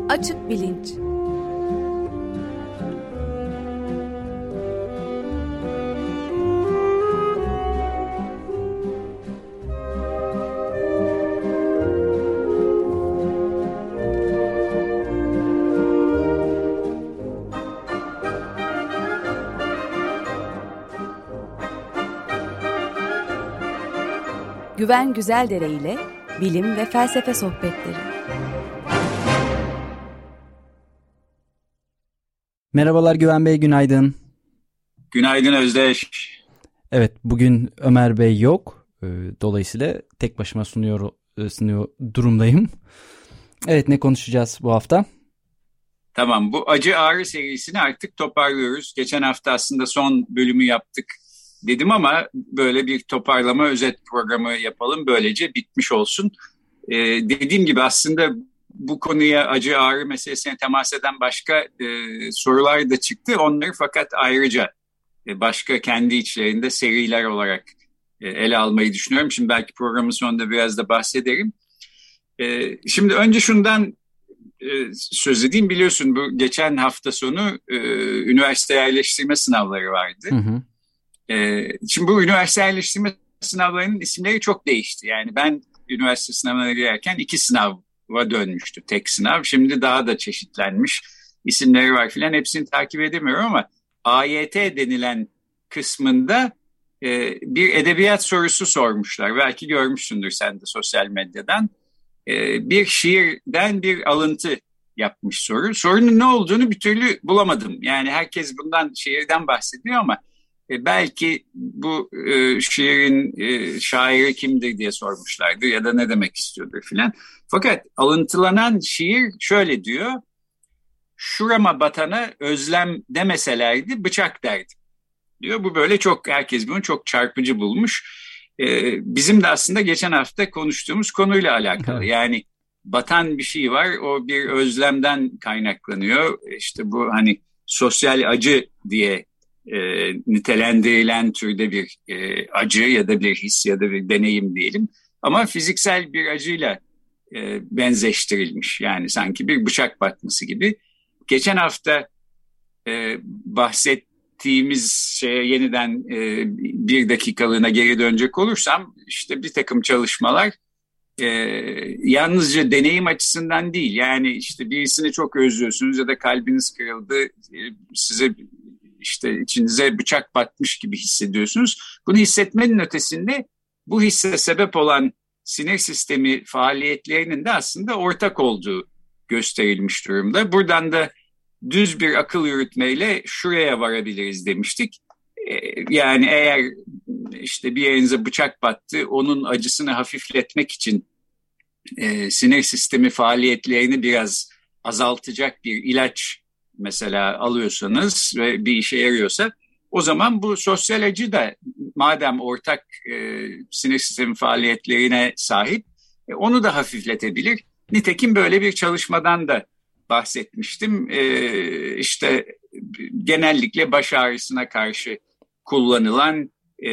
Açık bilinç. Güven Güzeldere ile bilim ve felsefe sohbetleri. Merhabalar Güven Bey, günaydın. Günaydın Özdeş. Evet, bugün Ömer Bey yok. Dolayısıyla tek başıma sunuyor durumdayım. Evet, ne konuşacağız bu hafta? Tamam, bu acı ağrı serisini artık toparlıyoruz. Geçen hafta aslında son bölümü yaptık dedim ama böyle bir toparlama özet programı yapalım. Böylece bitmiş olsun. Dediğim gibi aslında bu konuya acı ağrı meselesine temas eden başka sorular da çıktı. Onları fakat ayrıca başka kendi içlerinde seriler olarak ele almayı düşünüyorum. Şimdi belki programın sonunda biraz da bahsederim. Şimdi önce şundan söz edeyim. Biliyorsun bu geçen hafta sonu üniversite yerleştirme sınavları vardı. Hı hı. Şimdi bu üniversite yerleştirme sınavlarının isimleri çok değişti. Yani ben üniversite sınavına girerken 2 sınava dönmüştü, tek sınav. Şimdi daha da çeşitlenmiş isimleri var filan. Hepsini takip edemiyorum ama AYT denilen kısmında bir edebiyat sorusu sormuşlar. Belki görmüşsündür sen de sosyal medyadan. Bir şiirden bir alıntı yapmış soru. Sorunun ne olduğunu bir türlü bulamadım. Yani herkes bundan, şiirden bahsediyor ama belki bu şiirin şairi kimdir diye sormuşlardı ya da ne demek istiyordur filan. Fakat alıntılanan şiir şöyle diyor: şurama batana özlem demeselerdi bıçak derdim diyor. Bu böyle çok, herkes bunu çok çarpıcı bulmuş. Bizim de aslında geçen hafta konuştuğumuz konuyla alakalı. Yani batan bir şey var, o bir özlemden kaynaklanıyor. İşte bu hani sosyal acı diye nitelendirilen türde bir acı ya da bir his ya da bir deneyim diyelim. Ama fiziksel bir acıyla benzeştirilmiş. Yani sanki bir bıçak batması gibi. Geçen hafta bahsettiğimiz şeye yeniden bir dakikalığına geri dönecek olursam, işte bir takım çalışmalar yalnızca deneyim açısından değil, yani işte birisini çok özlüyorsunuz ya da kalbiniz kırıldı, size işte içinize bıçak batmış gibi hissediyorsunuz. Bunu hissetmenin ötesinde bu hisse sebep olan sinir sistemi faaliyetlerinin de aslında ortak olduğu gösterilmiş durumda. Buradan da düz bir akıl yürütmeyle şuraya varabiliriz demiştik. Yani eğer işte bir yerinize bıçak battı, onun acısını hafifletmek için sinir sistemi faaliyetlerini biraz azaltacak bir ilaç mesela alıyorsanız ve bir işe yarıyorsa, o zaman bu sosyal acı da madem ortak sinir sistemi faaliyetlerine sahip, onu da hafifletebilir. Nitekim böyle bir çalışmadan da bahsetmiştim. İşte genellikle baş ağrısına karşı kullanılan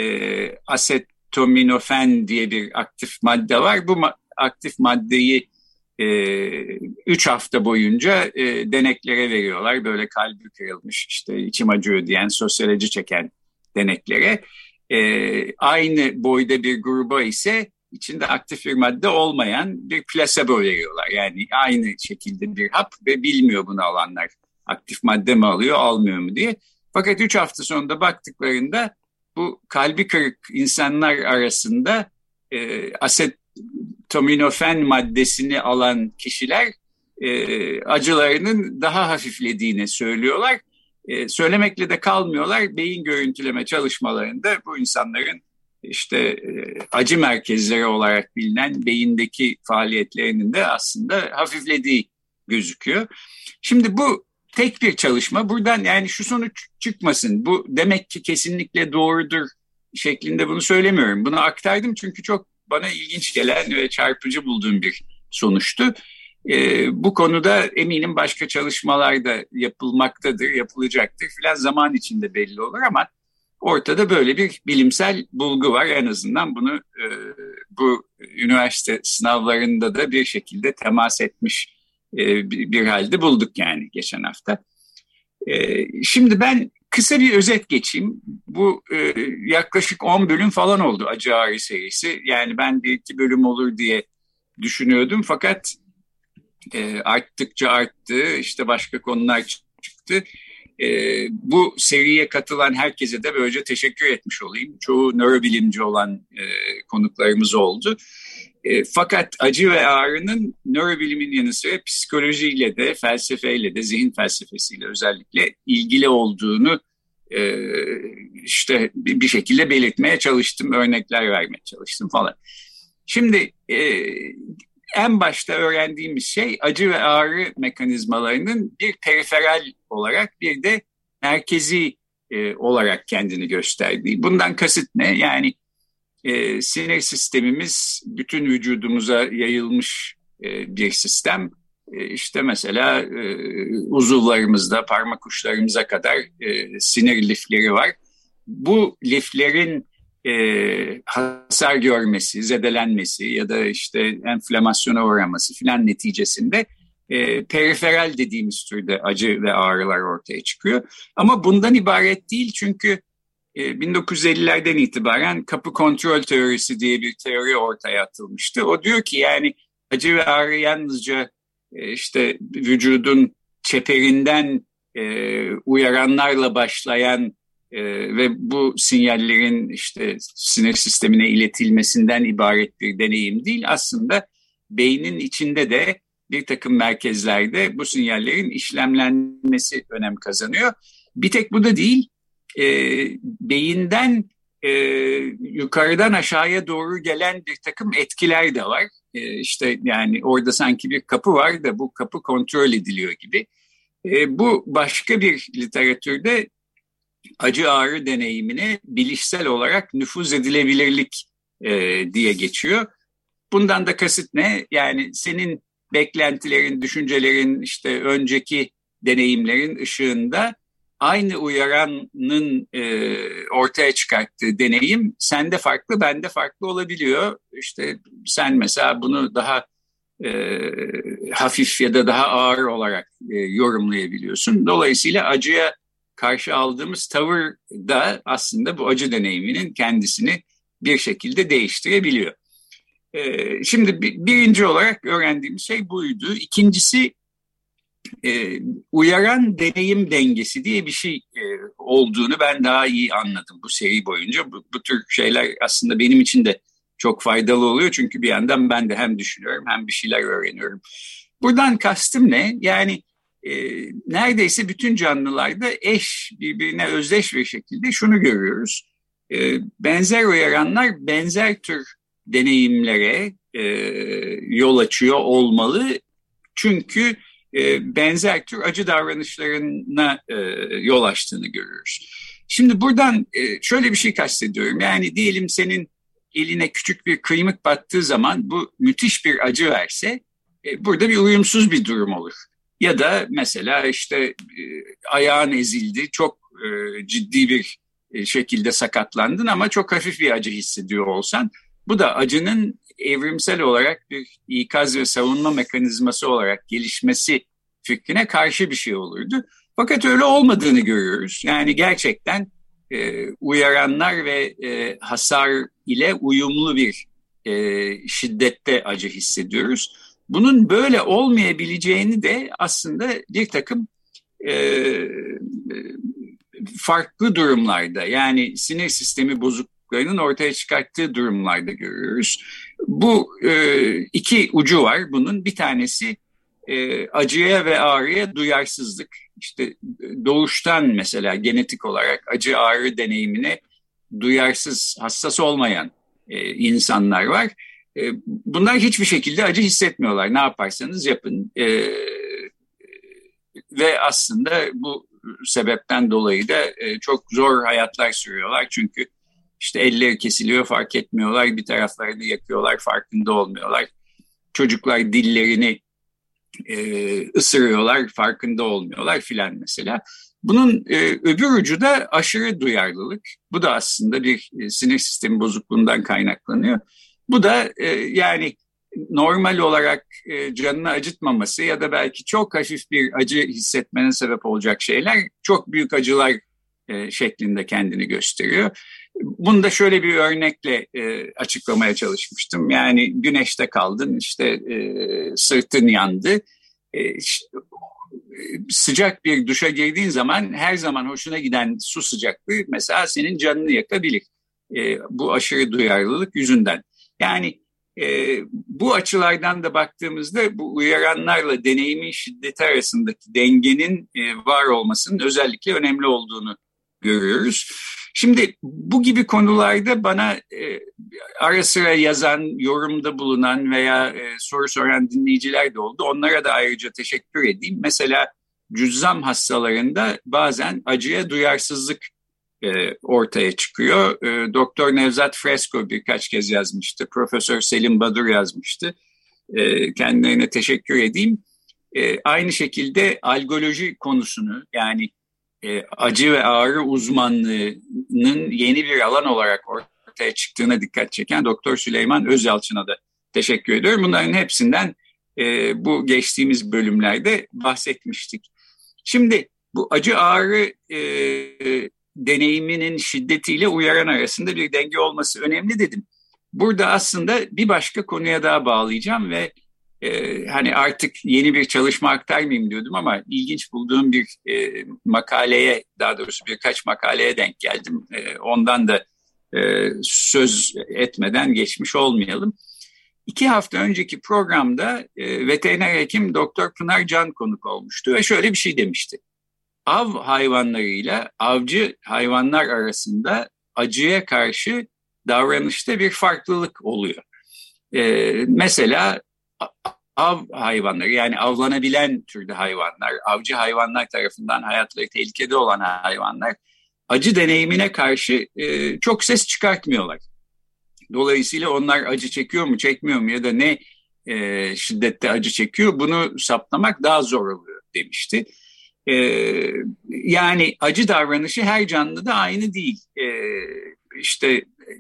asetaminofen diye bir aktif madde var. Bu aktif maddeyi 3 hafta boyunca deneklere veriyorlar. Böyle kalbi kırılmış, işte içim acıyor diyen, sosyal acı çeken deneklere. Aynı boyda bir gruba ise içinde aktif bir madde olmayan bir plasebo veriyorlar. Yani aynı şekilde bir hap ve bilmiyor bunu alanlar aktif madde mi alıyor, almıyor mu diye. Fakat 3 hafta sonunda baktıklarında bu kalbi kırık insanlar arasında asetaminofen maddesini alan kişiler acılarının daha hafiflediğini söylüyorlar. Söylemekle de kalmıyorlar. Beyin görüntüleme çalışmalarında bu insanların işte acı merkezleri olarak bilinen beyindeki faaliyetlerinin de aslında hafiflediği gözüküyor. Şimdi bu tek bir çalışma. Buradan yani şu sonuç çıkmasın, bu demek ki kesinlikle doğrudur şeklinde bunu söylemiyorum. Bunu aktardım çünkü çok bana ilginç gelen ve çarpıcı bulduğum bir sonuçtu. Bu konuda eminim başka çalışmalar da yapılmaktadır, yapılacaktır filan, zaman içinde belli olur ama ortada böyle bir bilimsel bulgu var. En azından bunu bu üniversite sınavlarında da bir şekilde temas etmiş bir halde bulduk yani geçen hafta. Şimdi ben kısa bir özet geçeyim. Bu yaklaşık 10 bölüm falan oldu Acı Ağrı serisi. Yani ben bir iki bölüm olur diye düşünüyordum. Fakat arttıkça arttı. İşte başka konular çıktı. Bu seriye katılan herkese de böylece teşekkür etmiş olayım. Çoğu nörobilimci olan konuklarımız oldu. Fakat acı ve ağrının nörobilimin yanı sıra psikolojiyle de, felsefeyle de, zihin felsefesiyle özellikle ilgili olduğunu işte bir şekilde belirtmeye çalıştım, örnekler vermeye çalıştım falan. Şimdi en başta öğrendiğimiz şey acı ve ağrı mekanizmalarının bir periferal olarak bir de merkezi olarak kendini gösterdiği. Bundan kasıt ne? Yani sinir sistemimiz bütün vücudumuza yayılmış bir sistem. İşte mesela uzuvlarımızda, parmak uçlarımıza kadar sinir lifleri var. Bu liflerin hasar görmesi, zedelenmesi ya da işte enflamasyona uğraması filan neticesinde periferal dediğimiz türde acı ve ağrılar ortaya çıkıyor. Ama bundan ibaret değil, çünkü 1950'lerden itibaren kapı kontrol teorisi diye bir teori ortaya atılmıştı. O diyor ki yani acı ve ağrı yalnızca işte vücudun çeperinden uyaranlarla başlayan ve bu sinyallerin işte sinir sistemine iletilmesinden ibaret bir deneyim değil. Aslında beynin içinde de bir takım merkezlerde bu sinyallerin işlemlenmesi önem kazanıyor. Bir tek bu da değil, beyinden yukarıdan aşağıya doğru gelen bir takım etkiler de var. İşte yani orada sanki bir kapı var da bu kapı kontrol ediliyor gibi. Bu başka bir literatürde acı ağrı deneyimine bilişsel olarak nüfuz edilebilirlik diye geçiyor. Bundan da kasıt ne? Yani senin beklentilerin, düşüncelerin, işte önceki deneyimlerin ışığında aynı uyaranın ortaya çıkarttığı deneyim sende farklı, bende farklı olabiliyor. İşte sen mesela bunu daha hafif ya da daha ağır olarak yorumlayabiliyorsun. Dolayısıyla acıya karşı aldığımız tavır da aslında bu acı deneyiminin kendisini bir şekilde değiştirebiliyor. Şimdi birinci olarak öğrendiğimiz şey buydu. İkincisi, uyaran deneyim dengesi diye bir şey olduğunu ben daha iyi anladım bu seri boyunca. Bu tür şeyler aslında benim için de çok faydalı oluyor. Çünkü bir yandan ben de hem düşünüyorum hem bir şeyler öğreniyorum. Buradan kastım ne? Yani neredeyse bütün canlılarda birbirine özdeş bir şekilde şunu görüyoruz. Benzer uyaranlar benzer tür deneyimlere yol açıyor olmalı. Çünkü benzer tür acı davranışlarına yol açtığını görüyoruz. Şimdi buradan şöyle bir şey kastediyorum. Yani diyelim senin eline küçük bir kıymık battığı zaman bu müthiş bir acı verse burada bir uyumsuz bir durum olur. Ya da mesela işte ayağın ezildi, çok ciddi bir şekilde sakatlandın ama çok hafif bir acı hissediyor olsan, bu da acının evrimsel olarak bir ikaz ve savunma mekanizması olarak gelişmesi fikrine karşı bir şey olurdu. Fakat öyle olmadığını görüyoruz. Yani gerçekten uyaranlar ve hasar ile uyumlu bir şiddette acı hissediyoruz. Bunun böyle olmayabileceğini de aslında bir takım farklı durumlarda, yani sinir sistemi bozukluklarının ortaya çıkarttığı durumlarda görüyoruz. Bu iki ucu var bunun. Bir tanesi acıya ve ağrıya duyarsızlık. İşte doğuştan mesela genetik olarak acı ağrı deneyimine duyarsız, hassas olmayan insanlar var. Bunlar hiçbir şekilde acı hissetmiyorlar. Ne yaparsanız yapın. Ve aslında bu sebepten dolayı da çok zor hayatlar sürüyorlar. Çünkü işte elleri kesiliyor, fark etmiyorlar. Bir taraflarını yakıyorlar, farkında olmuyorlar. Çocuklar dillerini ısırıyorlar, farkında olmuyorlar filan mesela. Bunun öbür ucu da aşırı duyarlılık. Bu da aslında bir sinir sistemi bozukluğundan kaynaklanıyor. Bu da yani normal olarak canını acıtmaması ya da belki çok hafif bir acı hissetmene sebep olacak şeyler çok büyük acılar şeklinde kendini gösteriyor. Bunu da şöyle bir örnekle açıklamaya çalışmıştım. Yani güneşte kaldın, işte sırtın yandı. Sıcak bir duşa girdiğin zaman her zaman hoşuna giden su sıcaklığı mesela senin canını yakabilir. Bu aşırı duyarlılık yüzünden. Yani bu açılardan da baktığımızda bu uyaranlarla deneyimin şiddeti arasındaki dengenin var olmasının özellikle önemli olduğunu görüyoruz. Şimdi bu gibi konularda bana ara sıra yazan, yorumda bulunan veya soru soran dinleyiciler de oldu. Onlara da ayrıca teşekkür edeyim. Mesela cüzzam hastalarında bazen acıya duyarsızlık ortaya çıkıyor. Doktor Nevzat Fresko birkaç kez yazmıştı. Profesör Selim Badur yazmıştı. Kendilerine teşekkür edeyim. Aynı şekilde algoloji konusunu, yani acı ve ağrı uzmanlığının yeni bir alan olarak ortaya çıktığına dikkat çeken Doktor Süleyman Özyalçın'a da teşekkür ediyorum. Bunların hepsinden bu geçtiğimiz bölümlerde bahsetmiştik. Şimdi bu acı ağrı deneyiminin şiddetiyle uyaran arasında bir denge olması önemli dedim. Burada aslında bir başka konuya daha bağlayacağım ve hani artık yeni bir çalışma aktarmayayım diyordum ama ilginç bulduğum bir makaleye, daha doğrusu birkaç makaleye denk geldim. Ondan da söz etmeden geçmiş olmayalım. 2 hafta önceki programda veteriner hekim Doktor Pınar Can konuk olmuştu ve şöyle bir şey demişti. Av hayvanlarıyla avcı hayvanlar arasında acıya karşı davranışta bir farklılık oluyor. Mesela av hayvanları, yani avlanabilen türde hayvanlar, avcı hayvanlar tarafından hayatları tehlikede olan hayvanlar acı deneyimine karşı çok ses çıkartmıyorlar. Dolayısıyla onlar acı çekiyor mu çekmiyor mu ya da ne şiddette acı çekiyor, bunu saptamak daha zor oluyor demişti. Yani acı davranışı her canlıda aynı değil. İşte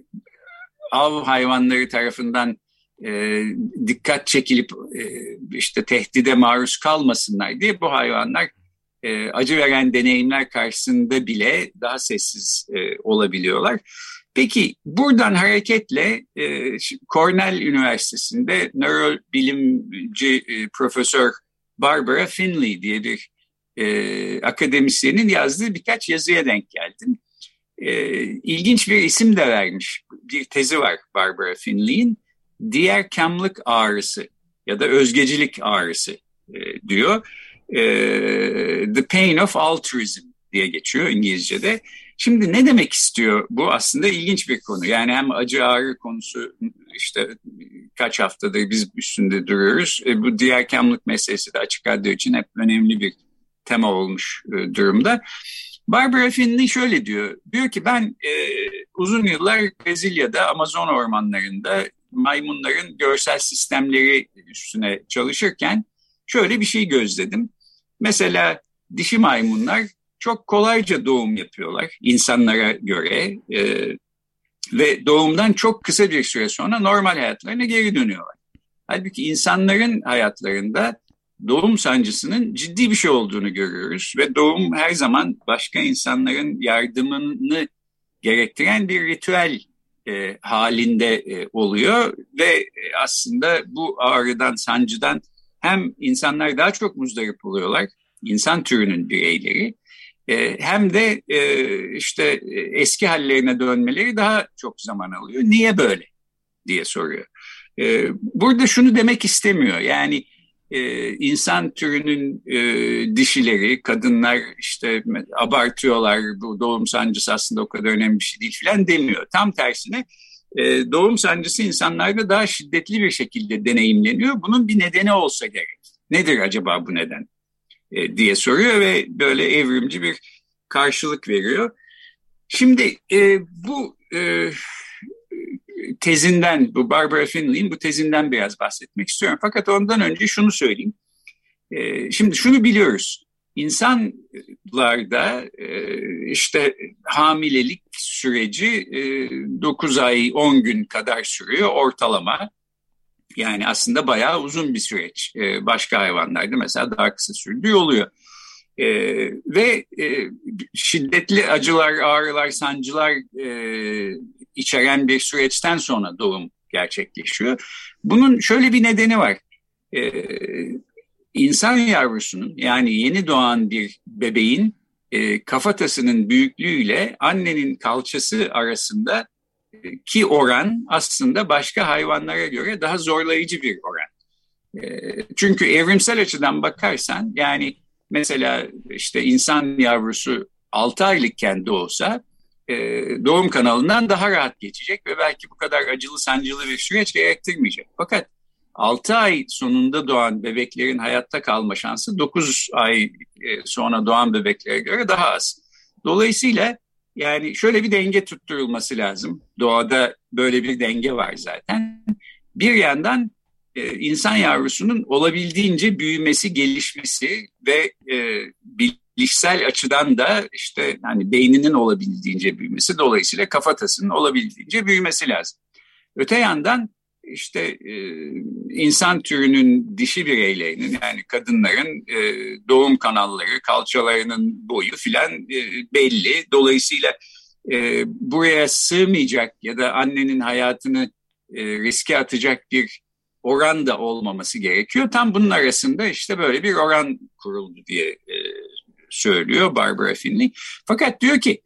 av hayvanları tarafından dikkat çekilip işte tehdide maruz kalmasınlar diye bu hayvanlar acı veren deneyimler karşısında bile daha sessiz olabiliyorlar. Peki buradan hareketle Cornell Üniversitesi'nde nörobilimci Profesör Barbara Finley diye bir akademisyenin yazdığı birkaç yazıya denk geldim. İlginç bir isim de vermiş. Bir tezi var Barbara Finley'in. Diğerkamlık ağrısı ya da özgecilik ağrısı diyor. The pain of altruism diye geçiyor İngilizce'de. Şimdi ne demek istiyor? Bu aslında ilginç bir konu. Yani hem acı ağrı konusu, işte kaç haftadır biz üstünde duruyoruz. Bu diğerkamlık meselesi de Açık Radyo için hep önemli bir tema olmuş durumda. Barbara Finley şöyle diyor. Diyor ki ben uzun yıllar Brezilya'da Amazon ormanlarında maymunların görsel sistemleri üstüne çalışırken şöyle bir şey gözledim. Mesela dişi maymunlar çok kolayca doğum yapıyorlar insanlara göre ve doğumdan çok kısa bir süre sonra normal hayatlarına geri dönüyorlar. Halbuki insanların hayatlarında doğum sancısının ciddi bir şey olduğunu görüyoruz ve doğum her zaman başka insanların yardımını gerektiren bir ritüel halinde oluyor ve aslında bu ağrıdan, sancıdan hem insanlar daha çok muzdarip oluyorlar, insan türünün bireyleri, hem de işte eski hallerine dönmeleri daha çok zaman alıyor. Niye böyle diye soruyor. Burada şunu demek istemiyor. Yani insan türünün dişileri, kadınlar işte abartıyorlar, bu doğum sancısı aslında o kadar önemli bir şey değil falan demiyor. Tam tersine doğum sancısı insanlarda daha şiddetli bir şekilde deneyimleniyor. Bunun bir nedeni olsa gerek. Nedir acaba bu neden diye soruyor ve böyle evrimci bir karşılık veriyor. Şimdi bu tezinden, bu Barbara Finley'in bu tezinden biraz bahsetmek istiyorum. Fakat ondan önce şunu söyleyeyim. Şimdi şunu biliyoruz. İnsanlarda işte hamilelik süreci 9 ay 10 gün kadar sürüyor ortalama. Yani aslında bayağı uzun bir süreç. Başka hayvanlarda mesela daha kısa sürdüğü oluyor. Ve şiddetli acılar, ağrılar, sancılar içeren bir süreçten sonra doğum gerçekleşiyor. Bunun şöyle bir nedeni var. İnsan yavrusunun, yani yeni doğan bir bebeğin kafatasının büyüklüğüyle annenin kalçası arasında ki oran aslında başka hayvanlara göre daha zorlayıcı bir oran. Çünkü evrimsel açıdan bakarsan, yani mesela işte insan yavrusu 6 aylıkken doğsa doğum kanalından daha rahat geçecek ve belki bu kadar acılı sancılı bir süreç gerektirmeyecek. Fakat 6 ay sonunda doğan bebeklerin hayatta kalma şansı 9 ay sonra doğan bebeklere göre daha az. Dolayısıyla yani şöyle bir denge tutturulması lazım. Doğada böyle bir denge var zaten. Bir yandan insan yavrusunun olabildiğince büyümesi, gelişmesi ve bilişsel açıdan da işte hani beyninin olabildiğince büyümesi, dolayısıyla kafatasının olabildiğince büyümesi lazım. Öte yandan işte insan türünün dişi bireylerinin, yani kadınların doğum kanalları, kalçalarının boyu filan belli. Dolayısıyla buraya sığmayacak ya da annenin hayatını riske atacak bir oran da olmaması gerekiyor. Tam bunun arasında işte böyle bir oran kuruldu diye söylüyor Barbara Finley. Fakat diyor ki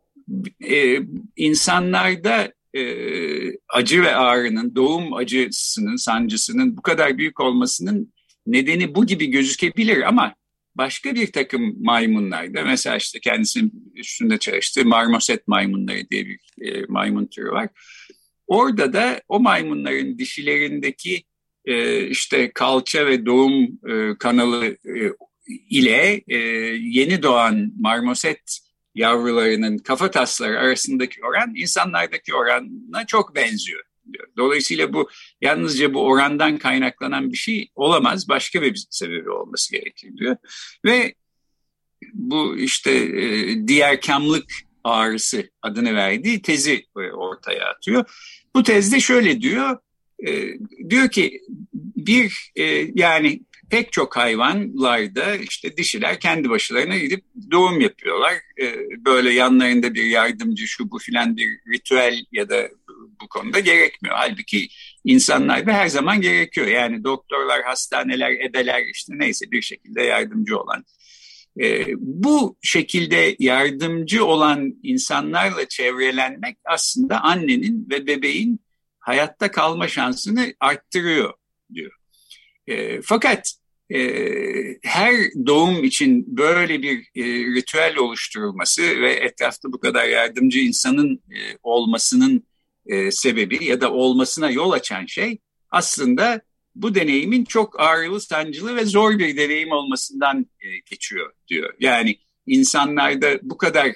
insanlarda acı ve ağrının, doğum acısının, sancısının bu kadar büyük olmasının nedeni bu gibi gözükebilir ama başka bir takım maymunlarda, mesela işte kendisinin üstünde çalıştığı marmoset maymunları diye bir maymun türü var. Orada da o maymunların dişilerindeki işte kalça ve doğum kanalı ile yeni doğan marmoset yavrularının kafa tasları arasındaki oran insanlardaki oranla çok benziyor diyor. Dolayısıyla bu yalnızca bu orandan kaynaklanan bir şey olamaz. Başka bir sebebi olması gerekir diyor. Ve bu işte diyerkamlık ağrısı adını verdiği tezi ortaya atıyor. Bu tezde şöyle diyor. Diyor ki yani pek çok hayvanlarda işte dişiler kendi başlarına gidip doğum yapıyorlar. Böyle yanlarında bir yardımcı, şu bu filan bir ritüel ya da bu konuda gerekmiyor. Halbuki insanlarda her zaman gerekiyor. Yani doktorlar, hastaneler, ebeler işte neyse bir şekilde yardımcı olan. Bu şekilde yardımcı olan insanlarla çevrelenmek aslında annenin ve bebeğin hayatta kalma şansını arttırıyor diyor. Fakat her doğum için böyle bir ritüel oluşturulması ve etrafta bu kadar yardımcı insanın olmasının sebebi ya da olmasına yol açan şey aslında bu deneyimin çok ağrılı, sancılı ve zor bir deneyim olmasından geçiyor diyor. Yani insanlarda bu kadar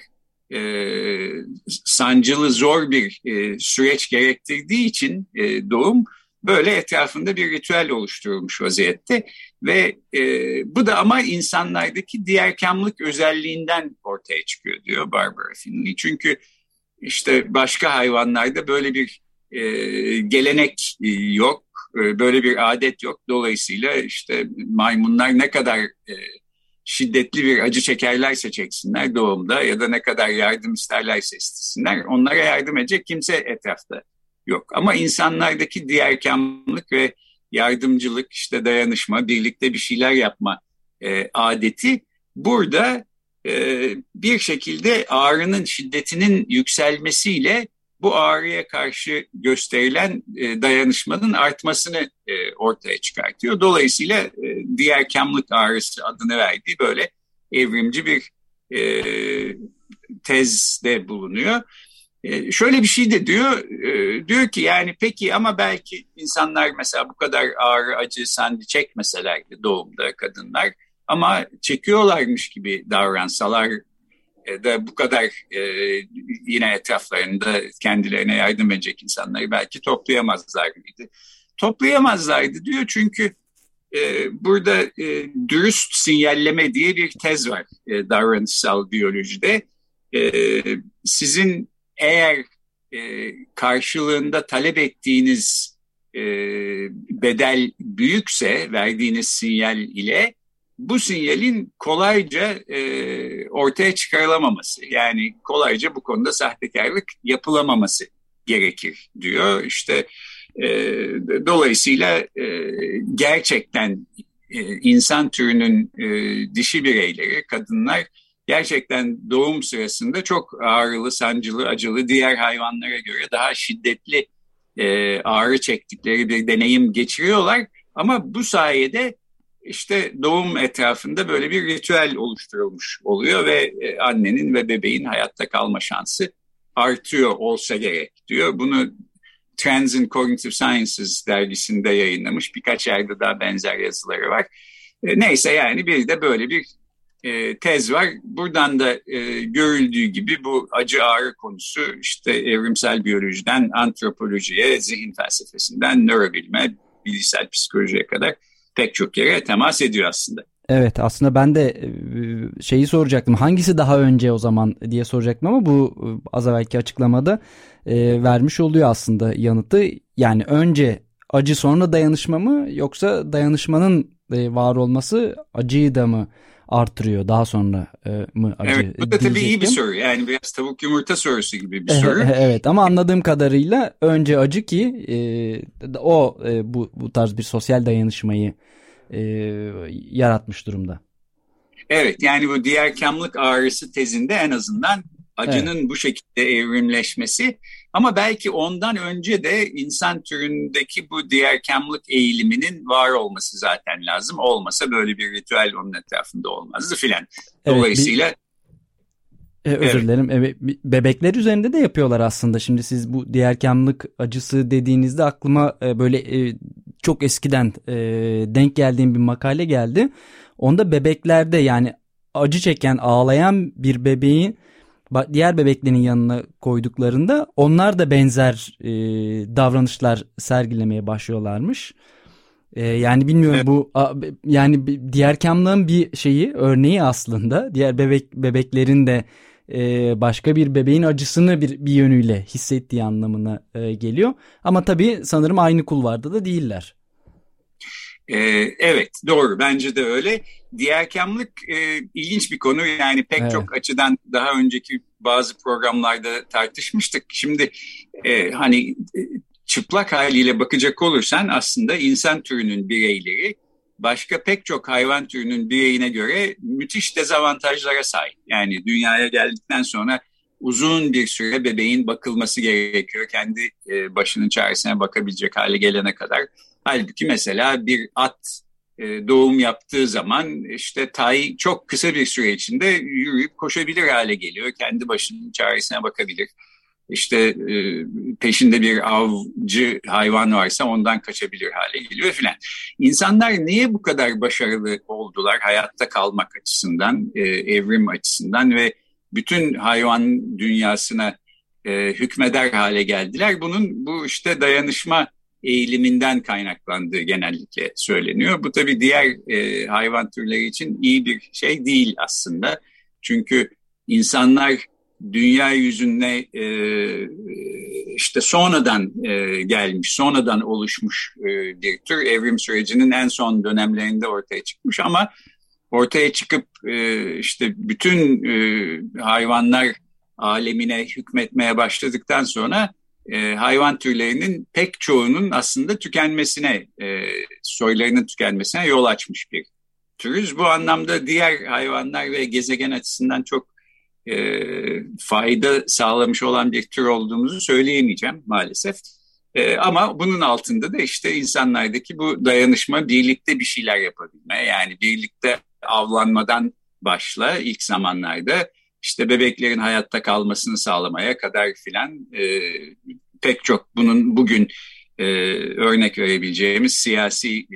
sancılı, zor bir süreç gerektirdiği için doğum böyle etrafında bir ritüel oluşturulmuş vaziyette ve bu da ama insanlardaki diyerkamlık özelliğinden ortaya çıkıyor diyor Barbara Finley. Çünkü işte başka hayvanlarda böyle bir gelenek yok, böyle bir adet yok. Dolayısıyla işte maymunlar ne kadar şiddetli bir acı çekerlerse çeksinler doğumda ya da ne kadar yardım isterlerse istesinler, onlara yardım edecek kimse etrafta yok. Ama insanlardaki diyerkamlık ve yardımcılık, işte dayanışma, birlikte bir şeyler yapma adeti burada bir şekilde ağrının şiddetinin yükselmesiyle bu ağrıya karşı gösterilen dayanışmanın artmasını ortaya çıkartıyor. Dolayısıyla diyerkamlık ağrısı adını verdiği böyle evrimci bir tezde bulunuyor. Şöyle bir şey de diyor, diyor ki yani peki ama belki insanlar mesela bu kadar ağrı, acı, sancı çekmeselerdi doğumda kadınlar ama çekiyorlarmış gibi davransalar da bu kadar yine etraflarında kendilerine yardım edecek insanları belki toplayamazlar mıydı? Toplayamazlardı diyor çünkü burada dürüst sinyalleme diye bir tez var davranışsal biyolojide. Sizin eğer karşılığında talep ettiğiniz bedel büyükse verdiğiniz sinyal ile bu sinyalin kolayca ortaya çıkarılamaması, yani kolayca bu konuda sahtekarlık yapılamaması gerekir diyor. İşte dolayısıyla gerçekten insan türünün dişi bireyleri, kadınlar gerçekten doğum sırasında çok ağrılı, sancılı, acılı, diğer hayvanlara göre daha şiddetli ağrı çektikleri bir deneyim geçiriyorlar. Ama bu sayede işte doğum etrafında böyle bir ritüel oluşturulmuş oluyor ve annenin ve bebeğin hayatta kalma şansı artıyor olsa gerek diyor. Bunu Trends in Cognitive Sciences dergisinde yayınlamış. Birkaç yerde daha benzer yazıları var. Neyse, yani bir de böyle bir tez var. Buradan da görüldüğü gibi bu acı ağrı konusu işte evrimsel biyolojiden antropolojiye, zihin felsefesinden nörobilime, bilişsel psikolojiye kadar pek çok yere temas ediyor aslında. Evet, aslında ben de şeyi soracaktım. Hangisi daha önce o zaman diye soracaktım ama bu az evvelki açıklamada vermiş oluyor aslında yanıtı. Yani önce acı sonra dayanışma mı, yoksa dayanışmanın var olması acıyı da mı artırıyor, daha sonra mı acı? Evet, bu da tabii iyi bir soru. Yani biraz tavuk yumurta sorusu gibi bir soru. Evet, ama anladığım kadarıyla önce acı ki bu tarz bir sosyal dayanışmayı yaratmış durumda. Evet, yani bu diğerkamlık ağrısı tezinde en azından acının bu şekilde evrimleşmesi, ama belki ondan önce de insan türündeki bu diğerkamlık eğiliminin var olması zaten lazım. Olmasa böyle bir ritüel onun etrafında olmazdı filan. Dolayısıyla özür dilerim. Evet, bebekler üzerinde de yapıyorlar aslında. Şimdi siz bu diğerkamlık acısı dediğinizde aklıma böyle çok eskiden denk geldiğim bir makale geldi. Onda bebeklerde, yani acı çeken, ağlayan bir bebeği diğer bebeklerin yanına koyduklarında onlar da benzer davranışlar sergilemeye başlıyorlarmış. Yani bilmiyorum, bu yani diğerkamlığın bir şeyi, örneği aslında. Diğer bebeklerin de başka bir bebeğin acısını bir yönüyle hissettiği anlamına geliyor. Ama tabii sanırım aynı kulvarda da değiller. Evet, doğru, bence de öyle. Diğerkamlık ilginç bir konu, yani pek çok açıdan daha önceki bazı programlarda tartışmıştık. Şimdi hani çıplak haliyle bakacak olursan aslında insan türünün bireyleri başka pek çok hayvan türünün bireyine göre müthiş dezavantajlara sahip. Yani dünyaya geldikten sonra uzun bir süre bebeğin bakılması gerekiyor, kendi başının çaresine bakabilecek hale gelene kadar. Halbuki mesela bir at doğum yaptığı zaman işte tay çok kısa bir süre içinde yürüyüp koşabilir hale geliyor. Kendi başının çaresine bakabilir. İşte peşinde bir avcı hayvan varsa ondan kaçabilir hale geliyor filan. İnsanlar niye bu kadar başarılı oldular hayatta kalmak açısından, evrim açısından ve bütün hayvan dünyasına hükmeder hale geldiler? Bunun bu işte dayanışma eğiliminden kaynaklandığı genellikle söyleniyor. Bu tabii diğer hayvan türleri için iyi bir şey değil aslında. Çünkü insanlar dünya yüzüne işte sonradan gelmiş, sonradan oluşmuş bir tür, evrim sürecinin en son dönemlerinde ortaya çıkmış, ama ortaya çıkıp işte bütün hayvanlar alemine hükmetmeye başladıktan sonra hayvan türlerinin pek çoğunun aslında tükenmesine, soylarının tükenmesine yol açmış bir türüz. Bu anlamda diğer hayvanlar ve gezegen açısından çok fayda sağlamış olan bir tür olduğumuzu söyleyemeyeceğim maalesef. Ama bunun altında da işte insanlardaki bu dayanışma, birlikte bir şeyler yapabilme, yani birlikte avlanmadan başla ilk zamanlarda işte bebeklerin hayatta kalmasını sağlamaya kadar filan pek çok bunun bugün örnek verebileceğimiz siyasi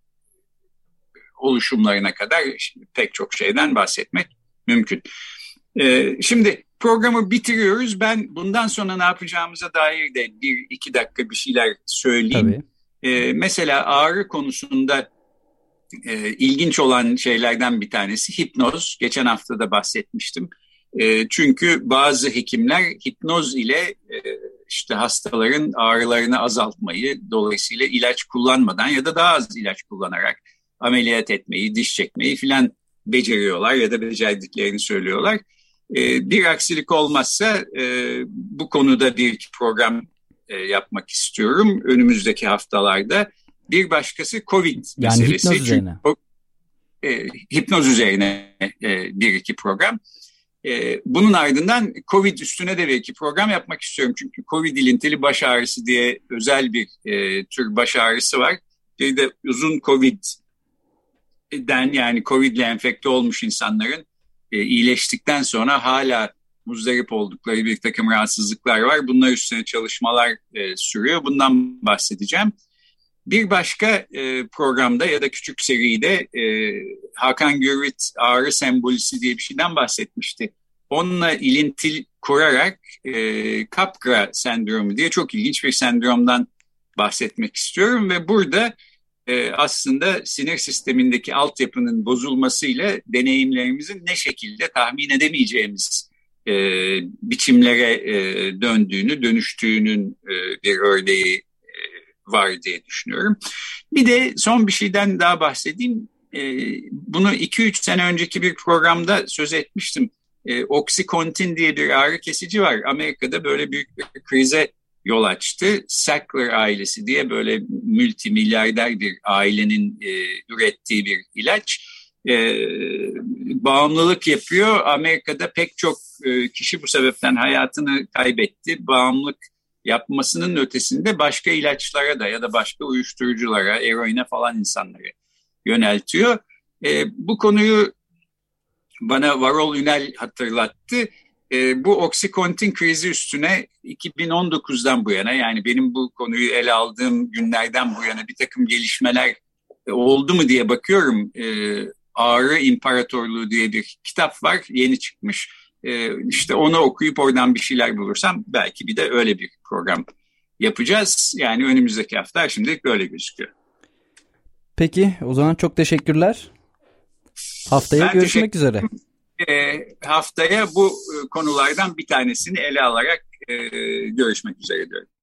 oluşumlarına kadar pek çok şeyden bahsetmek mümkün. Şimdi programı bitiriyoruz. Ben bundan sonra ne yapacağımıza dair de 1-2 dakika bir şeyler söyleyeyim. Mesela ağrı konusunda ilginç olan şeylerden bir tanesi hipnoz. Geçen hafta da bahsetmiştim. Çünkü bazı hekimler hipnoz ile işte hastaların ağrılarını azaltmayı, dolayısıyla ilaç kullanmadan ya da daha az ilaç kullanarak ameliyat etmeyi, diş çekmeyi filan beceriyorlar ya da becerdiklerini söylüyorlar. Bir aksilik olmazsa bu konuda bir program yapmak istiyorum önümüzdeki haftalarda. Bir başkası COVID yani meselesi. Hipnoz üzerine. Hipnoz üzerine bir iki program. Bunun ardından COVID üstüne de bir iki program yapmak istiyorum. Çünkü COVID ilintili baş ağrısı diye özel bir tür baş ağrısı var. Bir de uzun COVID'den, yani COVID'le enfekte olmuş insanların iyileştikten sonra hala muzdarip oldukları bir takım rahatsızlıklar var. Bunlar üstüne çalışmalar sürüyor. Bundan bahsedeceğim. Bir başka programda ya da küçük seride Hakan Gürvit ağrı sembolisi diye bir şeyden bahsetmişti. Onunla ilintil kurarak Capgras sendromu diye çok ilginç bir sendromdan bahsetmek istiyorum. Ve burada aslında sinir sistemindeki altyapının bozulmasıyla deneyimlerimizin ne şekilde tahmin edemeyeceğimiz biçimlere dönüştüğünün bir örneği var diye düşünüyorum. Bir de son bir şeyden daha bahsedeyim. Bunu 2-3 sene önceki bir programda söz etmiştim. Oxycontin diye bir ağrı kesici var. Amerika'da böyle büyük bir krize yol açtı. Sackler ailesi diye böyle multimilyarder bir ailenin ürettiği bir ilaç. Bağımlılık yapıyor. Amerika'da pek çok kişi bu sebepten hayatını kaybetti. Bağımlılık yapmasının ötesinde başka ilaçlara da ya da başka uyuşturuculara, eroine falan insanları yöneltiyor. Bu konuyu bana Varol Ünel hatırlattı. Bu Oxycontin krizi üstüne 2019'dan bu yana, yani benim bu konuyu ele aldığım günlerden bu yana bir takım gelişmeler oldu mu diye bakıyorum. Ağrı İmparatorluğu diye bir kitap var, yeni çıkmış. İşte onu okuyup oradan bir şeyler bulursam belki bir de öyle bir program yapacağız. Yani önümüzdeki hafta şimdilik böyle gözüküyor. Peki, o zaman çok teşekkürler. Haftaya görüşmek üzere. Haftaya bu konulardan bir tanesini ele alarak görüşmek üzere diyorum.